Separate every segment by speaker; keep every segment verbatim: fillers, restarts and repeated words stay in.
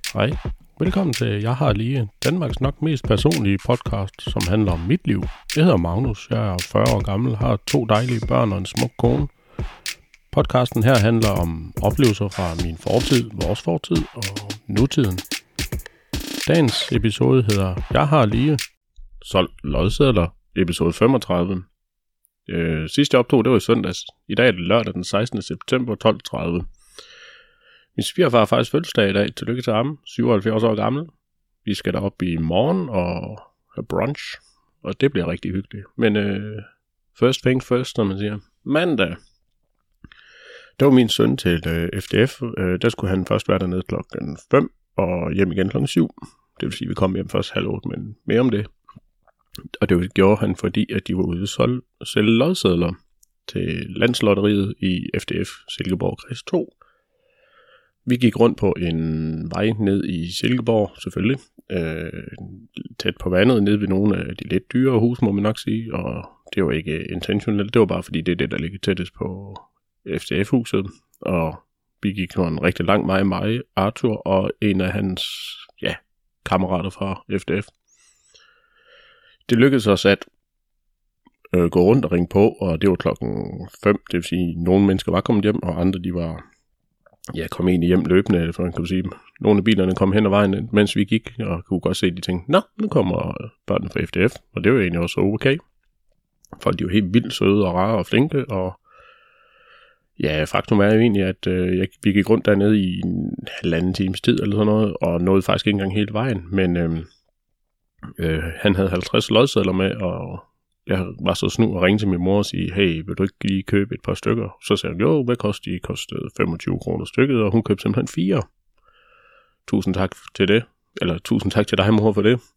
Speaker 1: Hej, velkommen til Jeg har lige Danmarks nok mest personlige podcast, som handler om mit liv. Jeg hedder Magnus, jeg er fyrre år gammel, har to dejlige børn og en smuk kone. Podcasten her handler om oplevelser fra min fortid, vores fortid og nutiden. Dagens episode hedder Jeg har lige solgt lodsedler, episode femogtredive. Øh, sidste jeg optog, det var i søndags. I dag er det lørdag den sekstende september tolv tredive. Min svigerfar har faktisk fødselsdag i dag. Tillykke til ham. syvoghalvfjerds år gammel. Vi skal derop i morgen og have brunch. Og det bliver rigtig hyggeligt. Men øh, first thing first, når man siger. Mandag. Det var min søn til øh, F D F. Øh, der skulle han først være dernede klokken fem og hjem igen klokken syv. Det vil sige, at vi kom hjem først halv otte, men mere om det. Og det gjorde han, fordi at de var ude og sælge lodsedler til landslotteriet i F D F Silkeborg Kreds to. Vi gik rundt på en vej ned i Silkeborg, selvfølgelig, øh, tæt på vandet, ned ved nogle af de lidt dyre huse, må man nok sige, og det var ikke intentionelt, det var bare fordi, det er det, der ligger tættest på F D F-huset, og vi gik på en rigtig lang vej, mig, Arthur og en af hans, ja, kammerater fra F D F. Det lykkedes os at øh, gå rundt og ringe på, og det var klokken fem, det vil sige, at nogle mennesker var kommet hjem, og andre, de var... Ja, kom egentlig hjem løbende, for man kan sige. Nogle af bilerne kom hen ad vejen, mens vi gik, og kunne godt se, at de tænkte, nå, nu kommer børnene fra F D F, og det var egentlig også okay. Folk, de var helt vildt søde og rare og flinke, og ja, faktum er jo egentlig, at øh, jeg, vi gik rundt dernede i en halvanden times tid, eller sådan noget, og nåede faktisk ikke engang hele vejen, men øh, øh, han havde halvtreds lodsedler med, og jeg var så snu og ringte til min mor og sige, hey, vil du ikke lige købe et par stykker? Så sagde hun, jo, hvad kostede de? De kostede femogtyve kroner stykket, og hun købte simpelthen fire. Tusind tak til det. Eller tusind tak til dig, mor, for det.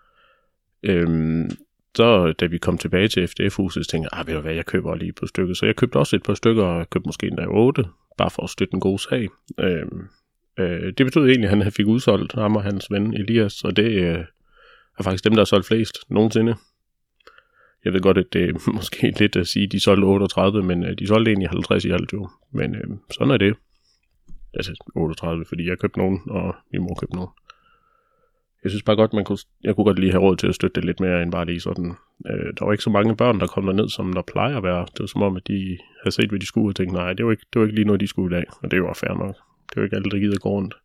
Speaker 1: Øhm, så da vi kom tilbage til F D F-huset, så tænkte jeg, ah, ved du hvad, jeg køber lige på stykket. Så jeg købte også et par stykker, og jeg købte måske endda otte, bare for at støtte en god sag. Øhm, øh, det betød egentlig, at han fik udsolgt ham og hans ven Elias, og det øh, er faktisk dem, der har solgt flest nogensinde. Jeg ved godt, at det er måske lidt at sige, at de solgte otteogtredive, men de solgte egentlig halvtreds i alt jo. Men øh, sådan er det. Altså otteogtredive, fordi jeg købte nogen, og min mor købte nogen. Jeg synes bare godt, man kunne, jeg kunne godt lige have råd til at støtte det lidt mere, end bare lige sådan. Øh, der var ikke så mange børn, der kom derned, som der plejer at være. Det var som om, at de havde set, hvad de skulle, og tænkte, nej, det var ikke, det var ikke lige noget, de skulle i dag. Og det var fair nok. Det var ikke alle, der gider gå rundt.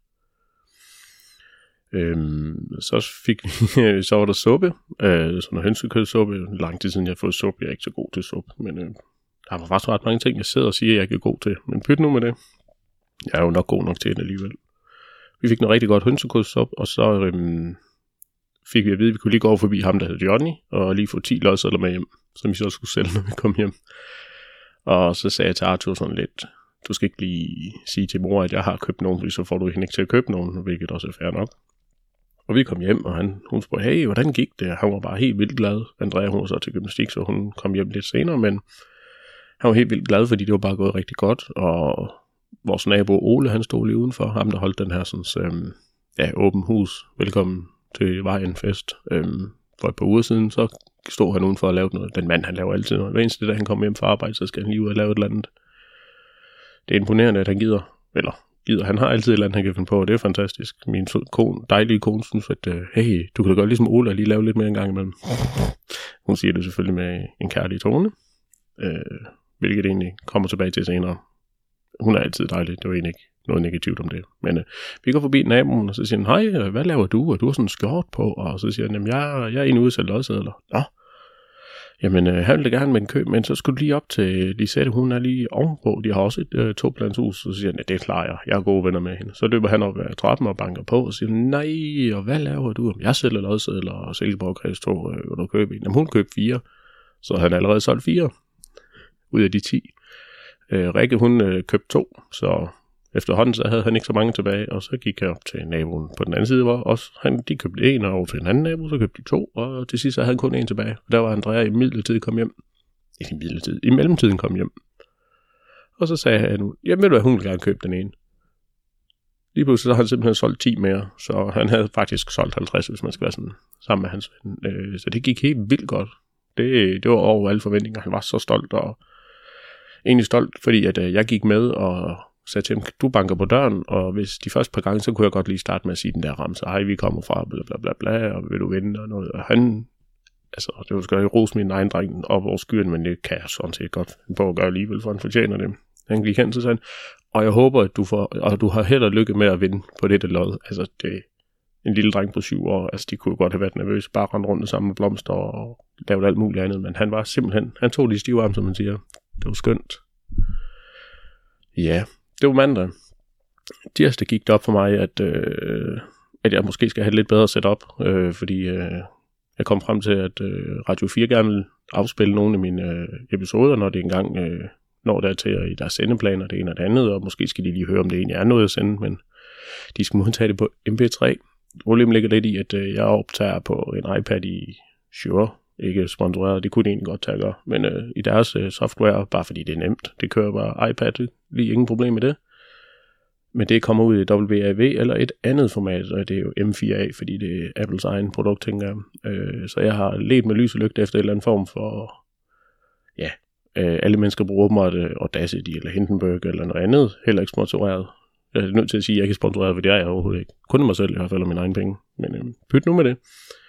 Speaker 1: Øhm, så fik så var der suppe, øh, sådan noget hønsekødssuppe. Lang tid siden jeg har fået suppe, jeg er ikke så god til suppe, men øh, der var faktisk ret mange ting, jeg sidder og siger, jeg ikke er god til. Men pyt nu med det. Jeg er jo nok god nok til det alligevel. Vi fik noget rigtig godt hønsekødssuppe, og så øhm, fik vi at vide, at vi kunne lige gå over forbi ham, der hed Johnny, og lige få ti lodsedler med hjem, som vi så skulle sælge, når vi kom hjem. Og så sagde jeg til Arthur sådan lidt, du skal ikke lige sige til mor, at jeg har købt nogen, fordi så får du hende ikke til at købe nogen, hvilket også er fair nok. Og vi kom hjem, og han, hun spurgte, hey, hvordan gik det? Han var bare helt vildt glad. Andrea, hun var så til gymnastik, så hun kom hjem lidt senere, men han var helt vildt glad, fordi det var bare gået rigtig godt. Og vores nabo Ole, han stod lige udenfor, ham der holdt den her sådan, øhm, ja, åben hus, velkommen til vejen fest. Øhm, for et par uger siden, så stod han udenfor og lavede noget. Den mand, han laver altid noget. Hver eneste dag, han kommer hjem fra arbejde, så skal han lige ud og lave et eller andet. Det er imponerende, at han gider, eller... Han har altid et eller andet, han kan finde på, og det er fantastisk. Min kone, dejlige kone synes, at hey, du kan da godt ligesom Ola lige lave lidt mere en gang imellem. Hun siger det selvfølgelig med en kærlig tone, øh, hvilket egentlig kommer tilbage til senere. Hun er altid dejlig, det var egentlig ikke noget negativt om det. Men øh, vi går forbi naboen, og så siger han, hej, hvad laver du? Og du har sådan en skjort på, og så siger han, jamen, jeg, jeg er egentlig ude til lodsedler. Nå. Jamen, øh, han ville gerne med en køb, men så skulle du lige op til Lisette, hun er lige ovenpå, de har også et øh, toplanshus, så siger han, ja, det klarer jeg, jeg er gode venner med hende. Så løber han op ad trappen og banker på, og siger, nej, og hvad laver du? Jeg sælger lodsedler og Silkeborg Kreds to, øh, vil du købe en? Jamen, hun købte fire, så han allerede solgt fire ud af de ti. Øh, Rikke, hun øh, købte to, så efterhånden så havde han ikke så mange tilbage, og så gik jeg op til naboen på den anden side, hvor også han, de købte en, og over til en anden nabo, så købte de to, og til sidst så havde han kun en tilbage. Og der var Andrea i midlertid kom hjem. Ikke i midlertid, i mellemtiden kom hjem. Og så sagde han, jamen ved du hvad, hun ville gerne købe den ene. Lige pludselig så har han simpelthen solgt ti mere, så han havde faktisk solgt halvtreds, hvis man skal være sådan sammen med hans ven. Så det gik helt vildt godt. Det, det var over alle forventninger. Han var så stolt, og egentlig stolt, fordi at jeg gik med og sagde til ham, du banker på døren, og hvis de første par gange, så kunne jeg godt lige starte med at sige den der ramse, hej, vi kommer fra, bla bla bla bla, og vil du vinde og noget. Og han, altså, det var sgu da ikke rose min egen dreng op over skyen, men det kan jeg sådan set godt på at gøre alligevel, for han fortjener det. Han gik hen til sådan, og jeg håber, at du får, og du har held og lykke med at vinde på dette lod. Altså, det en lille dreng på syv år, altså de kunne godt have været nervøse, bare rende rundt sammen med blomster og lavet alt muligt andet, men han var simpelthen, han tog de stive arme, som man siger. Det var skønt. Ja, det var mandag. Tirsdag gik det op for mig, at, øh, at jeg måske skal have et lidt bedre setup, øh, fordi øh, jeg kom frem til, at øh, Radio fire gerne vil afspille nogle af mine øh, episoder, når det engang øh, når der til i deres sendeplaner, det ene og det andet, og måske skal de lige høre, om det egentlig er noget at sende, men de skal modtage det på M P tre. Problemet ligger lidt i, at øh, jeg optager på en iPad i Shure, ikke sponsoreret, det kunne de egentlig godt tage at gøre, men øh, i deres øh, software, bare fordi det er nemt, det kører bare iPad, lige ingen problem med det. Men det kommer ud i W A V eller et andet format, og det er jo M fire A, fordi det er Apples egen produkt, tænker jeg. Øh, så jeg har let med lys og lygte efter en eller anden form for, ja, øh, alle mennesker bruger åbenbart Audacity eller Hindenburg eller noget andet, heller ikke sponsoreret. Jeg er nødt til at sige, at jeg ikke er sponsoreret, for det er jeg overhovedet ikke. Kun mig selv, i hvert fald, og mine egne penge. Men øh, pyt nu med det.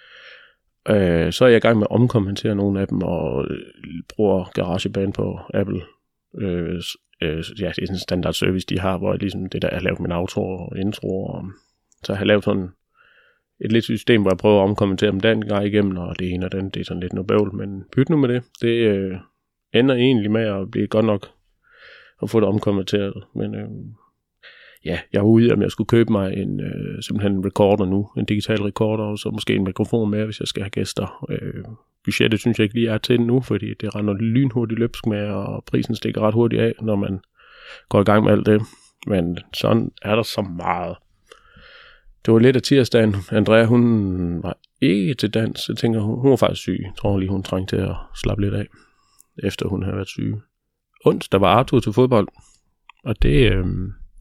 Speaker 1: Øh, så er jeg i gang med at omkommentere nogle af dem, og øh, bruger GarageBand på Apple. Øh, øh, ja, det er sådan en standard service, de har, hvor jeg ligesom det der, jeg har lavet min outro og intro, og så har jeg lavet sådan et lidt system, hvor jeg prøver at omkommentere dem den gang igennem, og det ene og den, det er sådan lidt noget bøvl, men pyt nu med det. Det øh, ender egentlig med at blive godt nok at få det omkommenteret, men øh, ja, jeg var ude, om jeg skulle købe mig en øh, simpelthen en recorder nu, en digital recorder, og så måske en mikrofon med, hvis jeg skal have gæster. Øh, budgettet synes jeg ikke lige er til nu, fordi det render lynhurtigt løbsk med, og prisen stikker ret hurtigt af, når man går i gang med alt det. Men sådan er der så meget. Det var lidt af tirsdagen. Andrea, hun var ikke til dans. Jeg tænker, hun, hun var faktisk syg. Jeg tror lige, hun trængte til at slappe lidt af, efter hun havde været syg. Onsdag var Arthur til fodbold, og det... Øh,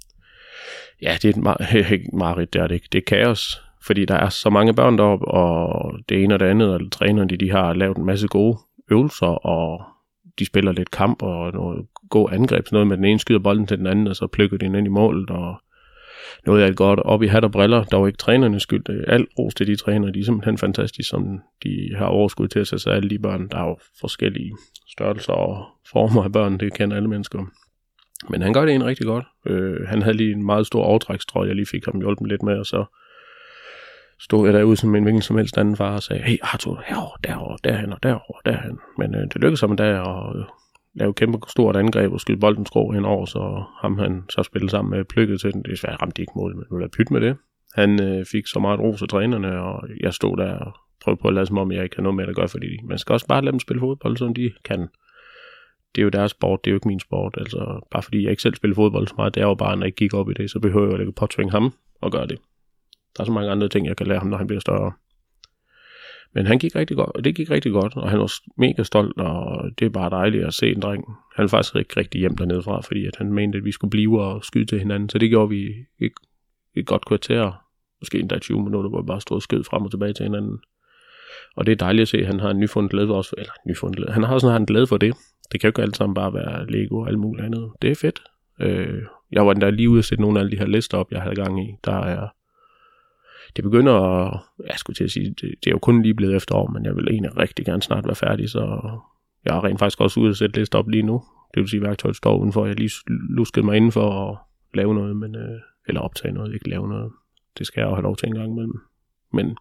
Speaker 1: Ja, det er et mar- mareridt, det er det ikke. Det er kaos, fordi der er så mange børn deroppe, og det ene og det andet, og trænerne, de, de har lavet en masse gode øvelser, og de spiller lidt kamp, og noget god angreb, sådan noget med den ene skyder bolden til den anden, og så plukker de den ind i målet, og noget af det godt op i hat og briller. Der var ikke trænernes skyld. Alt ros til de træner, de er simpelthen fantastiske, som de har overskud til at sætte sig alle de børn. Der er jo forskellige størrelser og former af børn, det kender alle mennesker. Men han gør det egentlig rigtig godt. Øh, han havde lige en meget stor overtrækstrøje, jeg lige fik ham hjulpet lidt med, og så stod jeg derude som en hvilken som helst anden far og sagde, hey Arthur, herovre, derovre, derhen og derovre, derhen. Men øh, det lykkedes ham der at øh, lave kæmpe stort angreb og skyde bolden skrå henover, så ham han så spillede sammen med plukket til den. Det er svært, ramte ikke mål, men nu lader pyt med det. Han øh, fik så meget ros af trænerne, og jeg stod der og prøvede på at lade som om, jeg ikke har noget med at gøre, fordi man skal også bare lade dem spille fodbold, som de kan. Det er jo deres sport, det er jo ikke min sport. Altså, bare fordi jeg ikke selv spiller fodbold så meget, det er jo bare, når jeg ikke gik op i det, så behøver jeg ikke påtvinge ham og gøre det. Der er så mange andre ting, jeg kan lære ham, når han bliver større. Men han gik rigtig godt, og det gik rigtig godt, og han var mega stolt, og det er bare dejligt at se en dreng. Han var faktisk ikke rigtig hjem dernede fra, fordi at han mente, at vi skulle blive og skyde til hinanden, så det gjorde vi et, et godt kvarter, måske endda tyve minutter, hvor vi bare stod og skød frem og tilbage til hinanden. Og det er dejligt at se, at han har en nyfundet glæde for os, eller nyfundet glæde. Han har sådan en glæde for det. Det kan jo ikke alt sammen bare være Lego og alt muligt andet. Det er fedt. Øh, jeg var endda lige ude at sætte nogle af alle de her lister op, jeg havde gang i. Der er, det begynder at, jeg skulle til at sige, det, det er jo kun lige blevet efterår, men jeg vil egentlig rigtig gerne snart være færdig, så jeg er rent faktisk også ude at sætte lister op lige nu. Det vil sige, at værktøjet står udenfor. Jeg lige luskede mig indenfor at lave noget, men, øh, eller optage noget, ikke lave noget. Det skal jeg jo have lov til en gang imellem. Men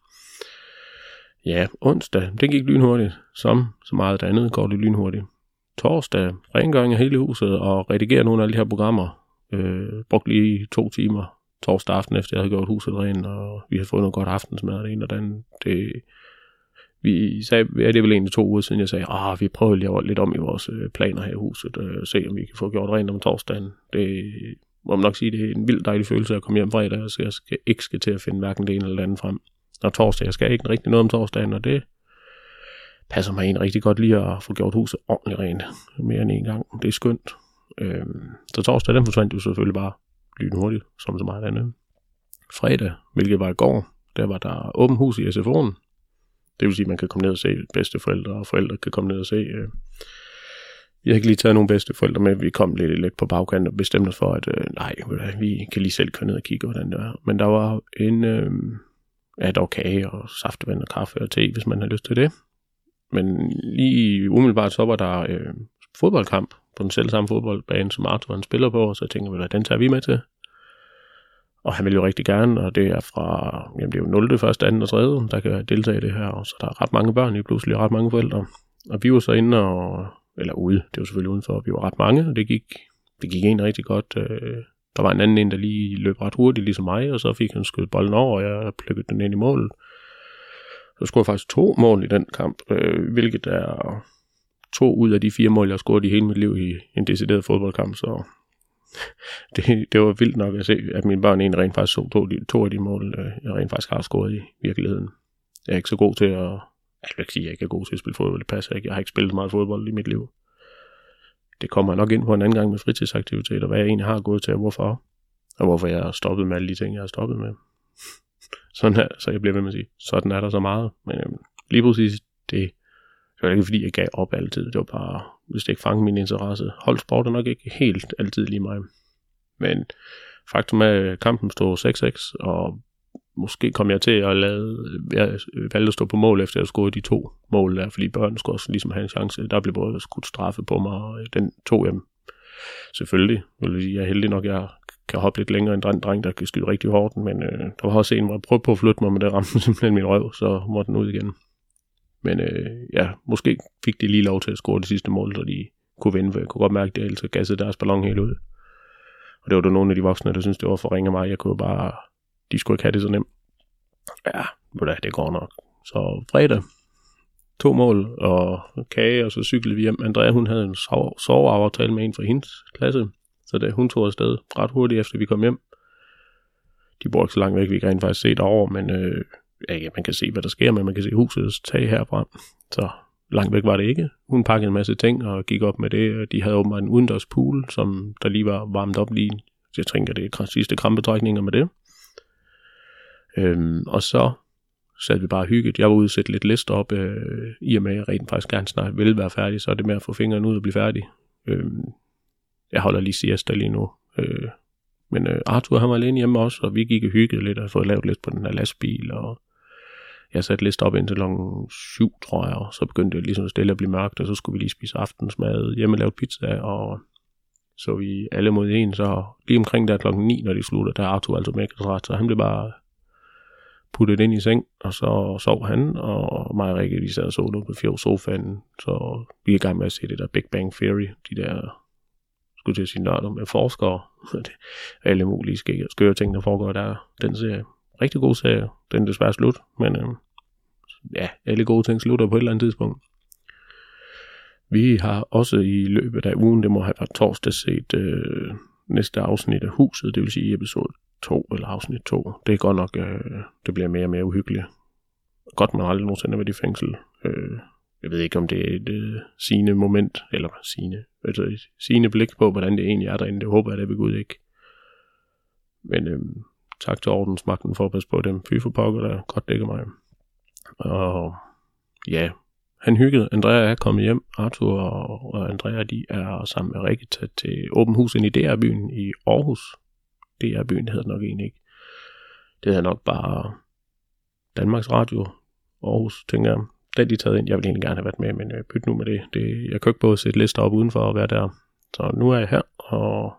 Speaker 1: ja, onsdag, det gik lynhurtigt. Som så meget andet går det lynhurtigt. Torsdag, rengøring af hele huset og redigere nogle af de her programmer. Øh, brugte lige to timer torsdag aften, efter jeg havde gjort huset rent, og vi havde fået noget godt aftensmad og det ene og den. Det, vi sagde, ja, det er vel egentlig to uger siden, jeg sagde, ah, vi prøver lige at lave lidt om i vores planer her i huset, og se om vi kan få gjort rent om torsdagen. Det må man nok sige, det er en vild dejlig følelse at komme hjem fredag, så jeg skal, ikke skal til at finde hverken det ene eller det andet frem. Og torsdag, jeg skal ikke rigtig noget om torsdagen, og det passer mig egentlig rigtig godt lige at få gjort huset ordentligt rent mere end en gang. Det er skønt. Øhm, så torsdag, den forsvandt jo selvfølgelig bare lynhurtigt, som så meget andet. Fredag, hvilket var i går, der var der åbent hus i S F O'en. Det vil sige, at man kan komme ned og se bedsteforældre, og forældre kan komme ned og se øh, Vi havde ikke lige taget nogle bedsteforældre med. Vi kom lidt, lidt på bagkant og bestemte os for, at øh, nej, vi kan lige selv køre ned og kigge, hvordan det er. Men der var en, øh, ja, der var kage og saftevand og kaffe og te, hvis man har lyst til det. Men lige umiddelbart så var der øh, fodboldkamp på den selv samme fodboldbane, som Arthur han spiller på, og så tænkte vi, at den tager vi med til. Og han vil jo rigtig gerne, og det er fra, jamen det er jo nul, første, anden og tredje, der kan deltage i det her, og så der er ret mange børn i pludselig, ret mange forældre. Og vi var så inde og, eller ude, det var selvfølgelig udenfor, og vi var ret mange, og det gik, det gik egentlig rigtig godt. Der var en anden en, der lige løb ret hurtigt, ligesom mig, og så fik han skudt bolden over, og jeg plukkede den ind i målet. Så scorede jeg faktisk to mål i den kamp, hvilket er to ud af de fire mål, jeg har scoret i hele mit liv i en decideret fodboldkamp, så det, det var vildt nok at se, at mine børn egentlig rent faktisk så to, to af de mål, jeg rent faktisk har scoret i virkeligheden. Jeg er ikke så god til at, jeg vil ikke sige, at jeg ikke er god til at spille fodbold, det passer ikke. Jeg har ikke spillet meget fodbold i mit liv. Det kommer jeg nok ind på en anden gang med fritidsaktiviteter, hvad jeg egentlig har gået til, og hvorfor, og hvorfor jeg har stoppet med alle de ting, jeg har stoppet med. Sådan her, så jeg bliver ved med at sige, sådan er der så meget, men øhm, lige præcis det, det var ikke fordi, jeg gav op altid. Det var bare, hvis det ikke fangede min interesse. Holdsport er nok ikke helt altid lige mig. Men faktum er, at kampen stod seks seks, og måske kom jeg til at lade, jeg valgte at stå på mål, efter jeg scorede de to mål der, fordi børn skulle også ligesom have en chance. Der blev både skudt straffe på mig, og den tog jeg selvfølgelig. Jeg er heldig nok, jeg kan hoppe lidt længere end en dreng, der kan skyde rigtig hårdt, men øh, der var også en, hvor jeg prøvede på at flytte mig, men det ramte simpelthen min røv, så måtte den ud igen. Men øh, ja, måske fik de lige lov til at score det sidste mål, så de kunne vinde, for jeg kunne godt mærke, at det ellers gassede deres ballon helt ud. Og det var der nogle af de voksne, der syntes, det var for ringe mig. Jeg kunne bare, de skulle ikke have det så nemt. Ja, det går nok. Så fredag, to mål og kage, og så cyklede vi hjem. Andrea, hun havde en soveaftale med en fra hendes klasse, så da hun tog afsted ret hurtigt efter vi kom hjem. De bor ikke så langt væk, vi kan rent faktisk se derovre, men øh, ja, man kan se, hvad der sker, men man kan se husets tag herfra. Så langt væk var det ikke. Hun pakkede en masse ting og gik op med det. De havde åbenbart en udendørs pool, som der lige var varmet op lige. Så jeg tænker, det er sidste krampetrækninger med det. Øhm, og så satte vi bare hygget. Jeg var ude og sætte lidt lister op, øh, i og med, at jeg rent faktisk gerne snart ville være færdig, så er det med at få fingrene ud og blive færdig. Øhm, jeg holder lige siesta lige nu. Øh, men øh, Arthur, han var alene hjemme også, og vi gik og hyggede lidt og fået lavet lidt på den her lastbil, og jeg satte lister op indtil klokken syv, tror jeg, og så begyndte det ligesom stille at blive mørkt, og så skulle vi lige spise aftensmad, hjemme lavet pizza, og så vi alle mod en, så lige omkring der klokken ni, når de slutter, der er Arthur altså mega træt, så han blev bare puttet ind i seng, og så sov han, og mig og Rikke, vi sad og så det på fjord sofaen, så vi er i gang med at se det der Big Bang Theory, de der, skulle til at sige nørder med forskere, alle mulige skøre ting, der foregår der, den serie. Rigtig god serie, den er desværre slut, men øh, ja, alle gode ting slutter på et eller andet tidspunkt. Vi har også i løbet af ugen, det må have været torsdag, set øh, næste afsnit af Huset, det vil sige episode to eller afsnit to. Det er godt nok, øh, det bliver mere og mere uhyggeligt. Godt, man aldrig nogensinde været i fængsel. Øh, jeg ved ikke, om det er et øh, sigende moment, eller sigende, altså et sigende blik på, hvordan det egentlig er derinde. Det håber jeg, det vil Gud ikke. Men øh, tak til ordensmagten for at passe på dem. Fy for pokker, der godt dækker mig. Og ja, han hyggede. Andrea er kommet hjem. Arthur og Andrea, de er sammen med Rikke taget til åben hus ind i D R-byen i Aarhus. D R-byen, det hedder nok egentlig ikke. Det hedder nok bare Danmarks Radio Aarhus, tænker jeg. Den de taget ind. Jeg ville egentlig gerne have været med, men øh, pyt nu med det. det. Jeg kan ikke både sætte lister op udenfor og være der. Så nu er jeg her, og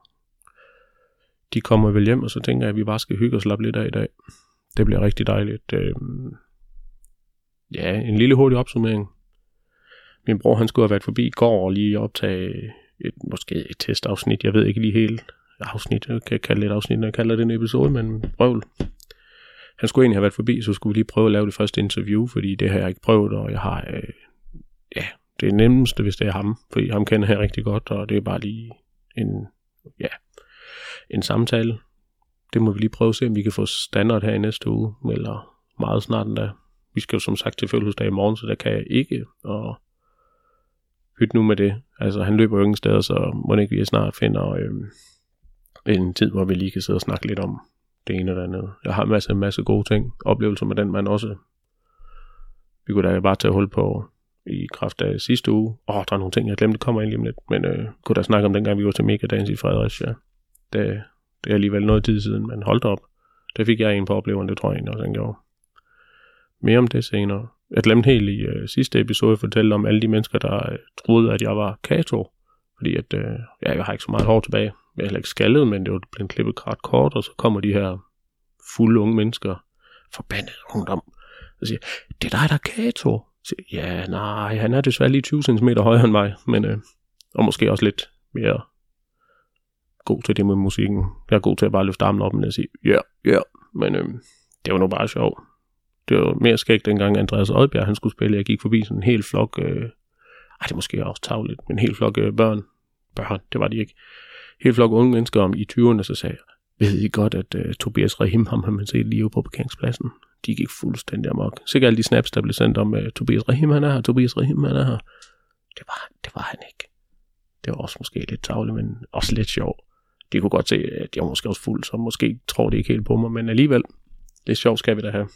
Speaker 1: de kommer vel hjem, og så tænker jeg, at vi bare skal hygge og slappe lidt af i dag. Det bliver rigtig dejligt. Øh, ja, en lille hurtig opsummering. Min bror, han skulle have været forbi i går og lige optage et, måske et testafsnit. Jeg ved ikke lige helt afsnit. Jeg kan kalde det et afsnit, når jeg kalder det en episode, men prøvel. Han skulle egentlig have været forbi, så skulle vi lige prøve at lave det første interview, fordi det har jeg ikke prøvet, og jeg har, øh, ja, det er nemmeste, hvis det er ham, fordi ham kender jeg rigtig godt, og det er bare lige en, ja, en samtale. Det må vi lige prøve at se, om vi kan få standard her i næste uge, eller meget snart endda. Vi skal jo som sagt til fødselsdag i morgen, så der kan jeg ikke, og hytte nu med det. Altså, han løber jo ingen steder, så må ikke vi snart finder øh, en tid, hvor vi lige kan sidde og snakke lidt om det ene eller andet. Jeg har en masse, masse gode ting. Oplevelser med den mand også. Vi kunne da bare tage hul på i kraft af sidste uge. Åh, oh, der er nogle ting, jeg glemte, kommer ind lige om lidt. Men øh, kunne da snakke om dengang, vi var til Megadance i Fredericia. Det, det er alligevel noget tid siden, men hold da op. Det fik jeg en på oplevelsen, det tror jeg egentlig også, han gjorde. Mere om det senere. Jeg glemte helt i øh, sidste episode at fortælle om alle de mennesker, der øh, troede, at jeg var Kato. Fordi at, øh, ja, jeg har ikke så meget hår tilbage. Jeg er heller ikke skaldet, men det var blevet klippet ret kort, og så kommer de her fulde unge mennesker, forbandet ungdom, og siger, det er dig, der er Kato. Siger, ja, nej, han er desværre lige tyve centimeter højere end mig, men øh, og måske også lidt mere god til det med musikken. Jeg er god til at bare løfte armen op og sige, ja, yeah, ja, yeah. Men øh, det var nu bare sjovt. Det var mere skægt dengang Andreas Oddbjerg, han skulle spille. Jeg gik forbi sådan en hel flok, øh, ej, det er måske også tavligt, men en hel flok øh, børn, børn, det var de ikke. Helt flok unge mennesker om i tyverne, så sagde jeg, ved I godt, at uh, Tobias Rahim, ham har man set lige på parkeringspladsen. De gik fuldstændig amok. Sikkert alle de snaps, der blev sendt om, uh, Tobias Rahim, han er her, Tobias Rahim, han er her. Det var, det var han ikke. Det var også måske lidt tavligt, men også lidt sjovt. De kunne godt se, at jeg var måske også fuld, så måske tror de ikke helt på mig, men alligevel, det er sjovt, skal vi da have.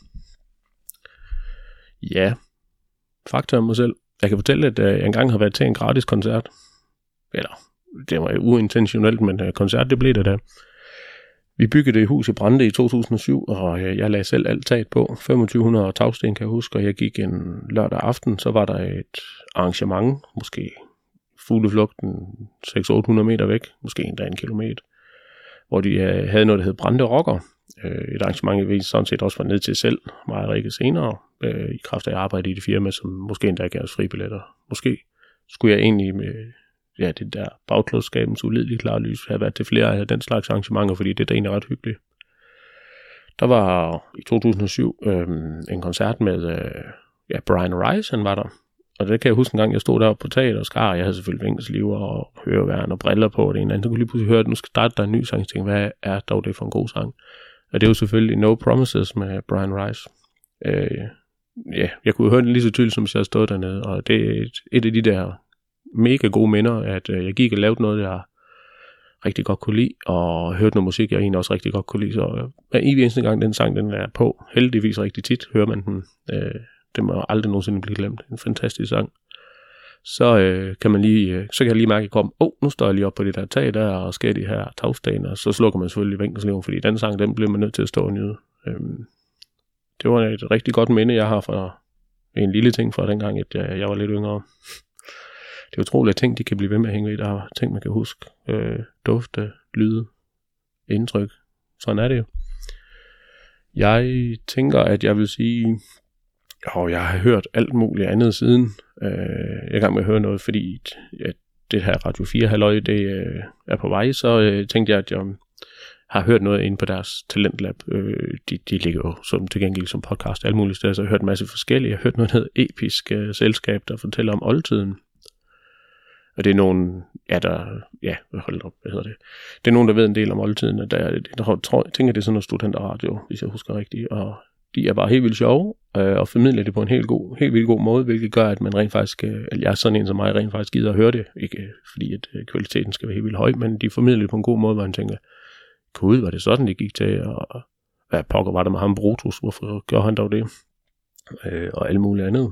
Speaker 1: Ja, fakta om mig selv. Jeg kan fortælle, at uh, jeg engang har været til en gratis koncert. Eller, det var uintentionelt, men uh, koncert, det blev det da. Vi byggede et hus i Brande i to tusind og syv, og jeg lagde selv alt taget på. femogtyve hundrede tagsten, kan jeg huske, og jeg gik en lørdag aften, så var der et arrangement, måske fugleflugten seks til otte hundrede meter væk, måske endda en kilometer, hvor de havde noget, der hed Brande Rocker. Et arrangement, vi sådan set også var ned til selv, meget rigtig senere, i kraft af at arbejde i det firma, som måske endda gav os fribilletter. Måske skulle jeg egentlig med ja, det der bagklodskabens ulidelige klare lys have været til flere af den slags arrangementer, fordi det er egentlig ret hyggeligt. Der var i to tusind og syv øhm, en koncert med øh, ja, Brian Rice, han var der. Og det kan jeg huske en gang, jeg stod deroppe på taget og skar. Jeg havde selvfølgelig vinkelsliver og høreværn og briller på. Det ene anden. Så kunne lige pludselig høre, at nu skal starte der en ny sang. Jeg tænkte, hvad er dog det for en god sang? Og det er jo selvfølgelig No Promises med Brian Rice. Øh, ja, jeg kunne høre den lige så tydeligt, som hvis jeg havde stået dernede. Og det er et, et af de der mega gode minder, at øh, jeg gik og lavede noget, jeg rigtig godt kunne lide, og hørte noget musik, jeg egentlig også rigtig godt kunne lide. Så øh, hver eneste gang den sang, den er på, heldigvis rigtig tit, hører man den. Øh, det må aldrig nogensinde blive glemt. En fantastisk sang. Så øh, kan man lige, øh, så kan jeg lige mærke i kroppen, åh, oh, nu står jeg lige op på det der tag der, og skal de her tagsten, og så slukker man selvfølgelig vinkelsliven, fordi den sang, den bliver man nødt til at stå og nyde. Øh, det var et rigtig godt minde, jeg har fra en lille ting fra dengang, at jeg, jeg var lidt yngre. Det er utroligt, at ting, de kan blive ved med at hænge ved. Der er ting, man kan huske. Øh, dufte, lyde, indtryk. Sådan er det jo. Jeg tænker, at jeg vil sige, at jeg har hørt alt muligt andet siden. Øh, jeg er i gang med at høre noget, fordi at det her Radio fire halløj, det øh, er på vej. Så øh, tænkte jeg, at jeg har hørt noget inde på deres talentlab. Øh, de, de ligger jo som tilgængeligt som podcast alle mulige steder, så jeg har hørt en masse forskellige. Jeg har hørt noget, der hedder Episk øh, Selskab, der fortæller om oldtiden. Og det er nogen, ja, der, ja, hold op, hvad hedder det? Det er nogen, der ved en del om oldtiden, og der, der tror, jeg tænker, det er sådan noget studenterradio, hvis jeg husker rigtigt, og de er bare helt vildt sjove, øh, og formidler det på en helt, god, helt vildt god måde, hvilket gør, at man rent faktisk, øh, jeg er sådan en som mig, rent faktisk gider at høre det, ikke fordi at øh, kvaliteten skal være helt vildt høj, men de formidler det på en god måde, hvor man tænker, gud, var det sådan, det gik til, og hvad pokker var der med ham Brutus, hvorfor gør han dog det, øh, og alt muligt andet.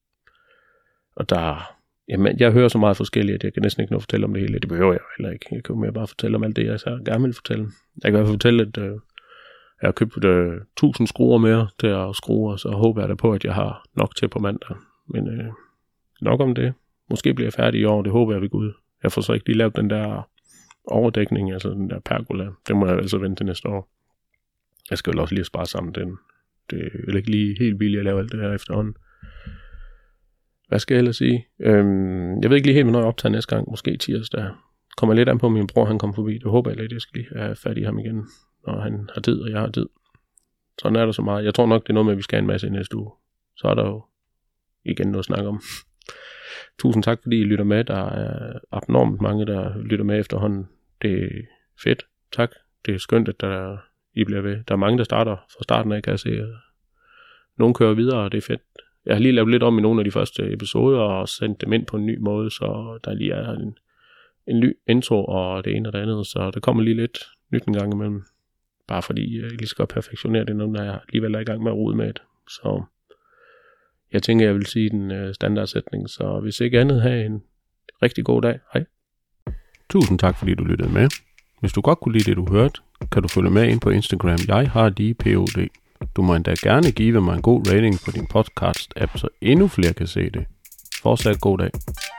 Speaker 1: Og der Jamen, jeg hører så meget forskelligt, at jeg kan næsten ikke nå at fortælle om det hele. Det behøver jeg heller ikke. Jeg kan jo mere bare fortælle om alt det, jeg så gerne vil fortælle. Jeg kan i hvert fald fortælle, at øh, jeg har købt øh, tusind skruer mere til at skrue, og så håber jeg da på, at jeg har nok til på mandag. Men øh, nok om det. Måske bliver jeg færdig i år, det håber jeg ved Gud. Jeg får så ikke lige lavet den der overdækning, altså den der pergola. Det må jeg altså vente til næste år. Jeg skal jo også lige spare sammen den. Det er ikke lige helt billigt at lave alt det her efterhånden. Hvad skal jeg ellers sige? Øhm, jeg ved ikke lige helt, hvornår jeg optager næste gang. Måske tirsdag. Kommer lidt an på, min bror han kommer forbi. Det håber jeg lidt, jeg skal lige have fat i ham igen. Når han har tid, og jeg har tid. Sådan er der så meget. Jeg tror nok, det er noget med, at vi skal have en masse i næste uge. Så er der jo igen noget at snakke om. Tusind tak, fordi I lytter med. Der er abnormt mange, der lytter med efterhånden. Det er fedt. Tak. Det er skønt, at der, I bliver ved. Der er mange, der starter fra starten af, kan jeg se. Nogle kører videre, og det er fedt. Jeg har lige lavet lidt om i nogle af de første episoder og sendt dem ind på en ny måde, så der lige er en, en ny intro og det ene og det andet, så der kommer lige lidt nyt en gang imellem. Bare fordi jeg lige skal perfektionere det, når jeg alligevel er i gang med at rode med det. Så Jeg tænker, jeg vil sige den øh, standardsætning, så hvis ikke andet, have en rigtig god dag. Hej. Tusind tak, fordi du lyttede med. Hvis du godt kunne lide det, du hørte, kan du følge med ind på Instagram. Jeg har lige P O D. Du må endda gerne give mig en god rating på din podcast-app, så endnu flere kan se det. Fortsat god dag.